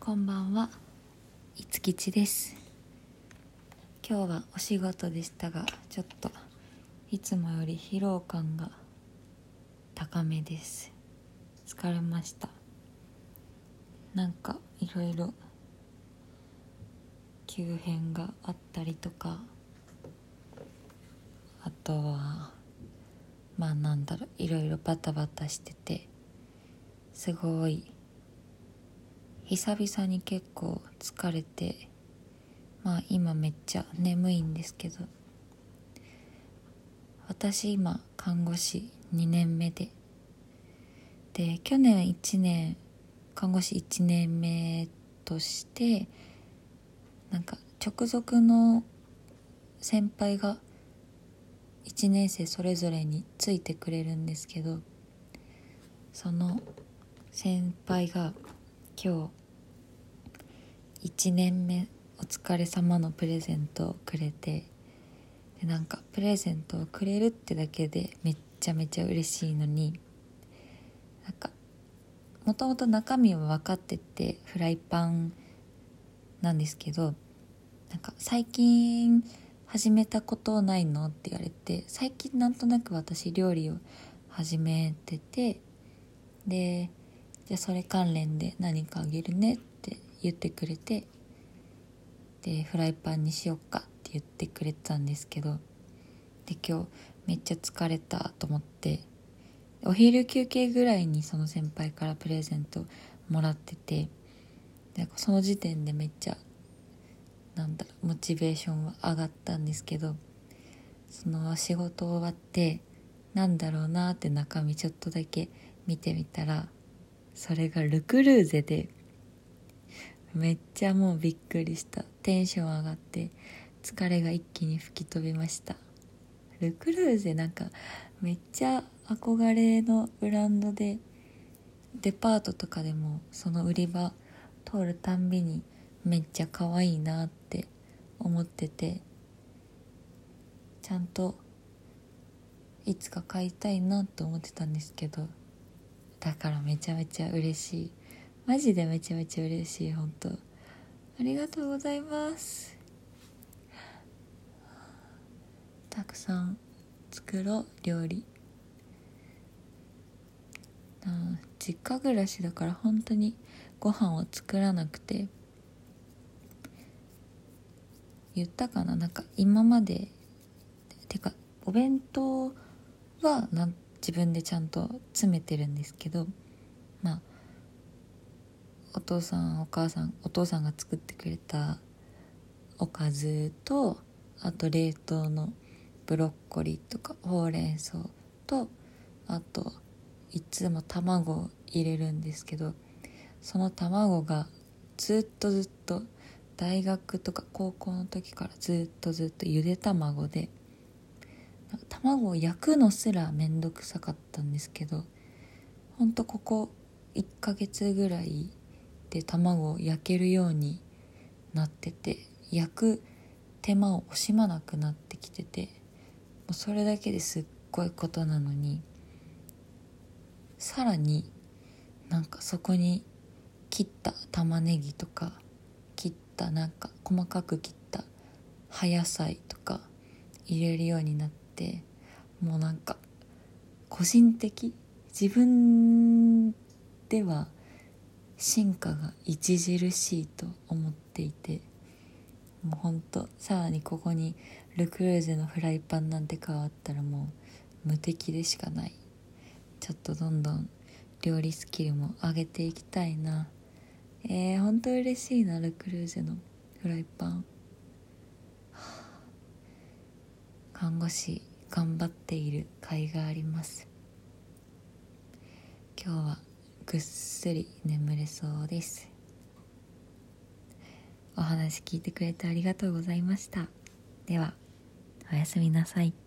こんばんは、いつきちです。今日はお仕事でしたが、ちょっといつもより疲労感が高めです。疲れました。なんかいろいろ急変があったりとか、あとはいろいろバタバタしてて、すごい久々に結構疲れて、今めっちゃ眠いんですけど、私今看護師2年目で去年1年看護師1年目として、直属の先輩が1年生それぞれについてくれるんですけど、その先輩が今日1年目お疲れ様のプレゼントをくれて、でプレゼントをくれるってだけでめっちゃめちゃ嬉しいのに、もともと中身は分かっててフライパンなんですけど、最近始めたことないのって言われて、最近なんとなく私料理を始めてて、でじゃあそれ関連で何かあげるねって言ってくれて、でフライパンにしよっかって言ってくれたんですけど、で今日めっちゃ疲れたと思って、お昼休憩ぐらいにその先輩からプレゼントもらってて、その時点でめっちゃモチベーションは上がったんですけど、その仕事終わってなんだろうなって中身ちょっとだけ見てみたら、それがルクルーゼで、めっちゃもうびっくりした。テンション上がって疲れが一気に吹き飛びました。ルクルーゼめっちゃ憧れのブランドで、デパートとかでもその売り場通るたんびにめっちゃ可愛いなって思ってて、ちゃんといつか買いたいなと思ってたんですけど、だからめちゃめちゃ嬉しい。マジでめちゃめちゃ嬉しい。本当ありがとうございます。たくさん作ろう、料理。実家暮らしだから本当にご飯を作らなくて、言ったかな、今までお弁当は自分でちゃんと詰めてるんですけど、お父さんが作ってくれたおかずと、あと冷凍のブロッコリーとかほうれん草と、あといつも卵を入れるんですけど、その卵がずっと大学とか高校の時からずっとゆで卵で、卵を焼くのすらめんどくさかったんですけど、ほんとここ1ヶ月ぐらいで卵を焼けるようになってて、焼く手間を惜しまなくなってきてて、もうそれだけですっごいことなのに、さらにそこに切った玉ねぎとか、切った細かく切った葉野菜とか入れるようになって、もう個人的、自分では進化が著しいと思っていて、もうほんとさらにここにルクルーゼのフライパンなんて変わったらもう無敵でしかない。ちょっとどんどん料理スキルも上げていきたいな。ほんと嬉しいな、ルクルーゼのフライパン。看護師頑張っている甲斐があります。今日はぐっすり眠れそうです。お話聞いてくれてありがとうございました。ではおやすみなさい。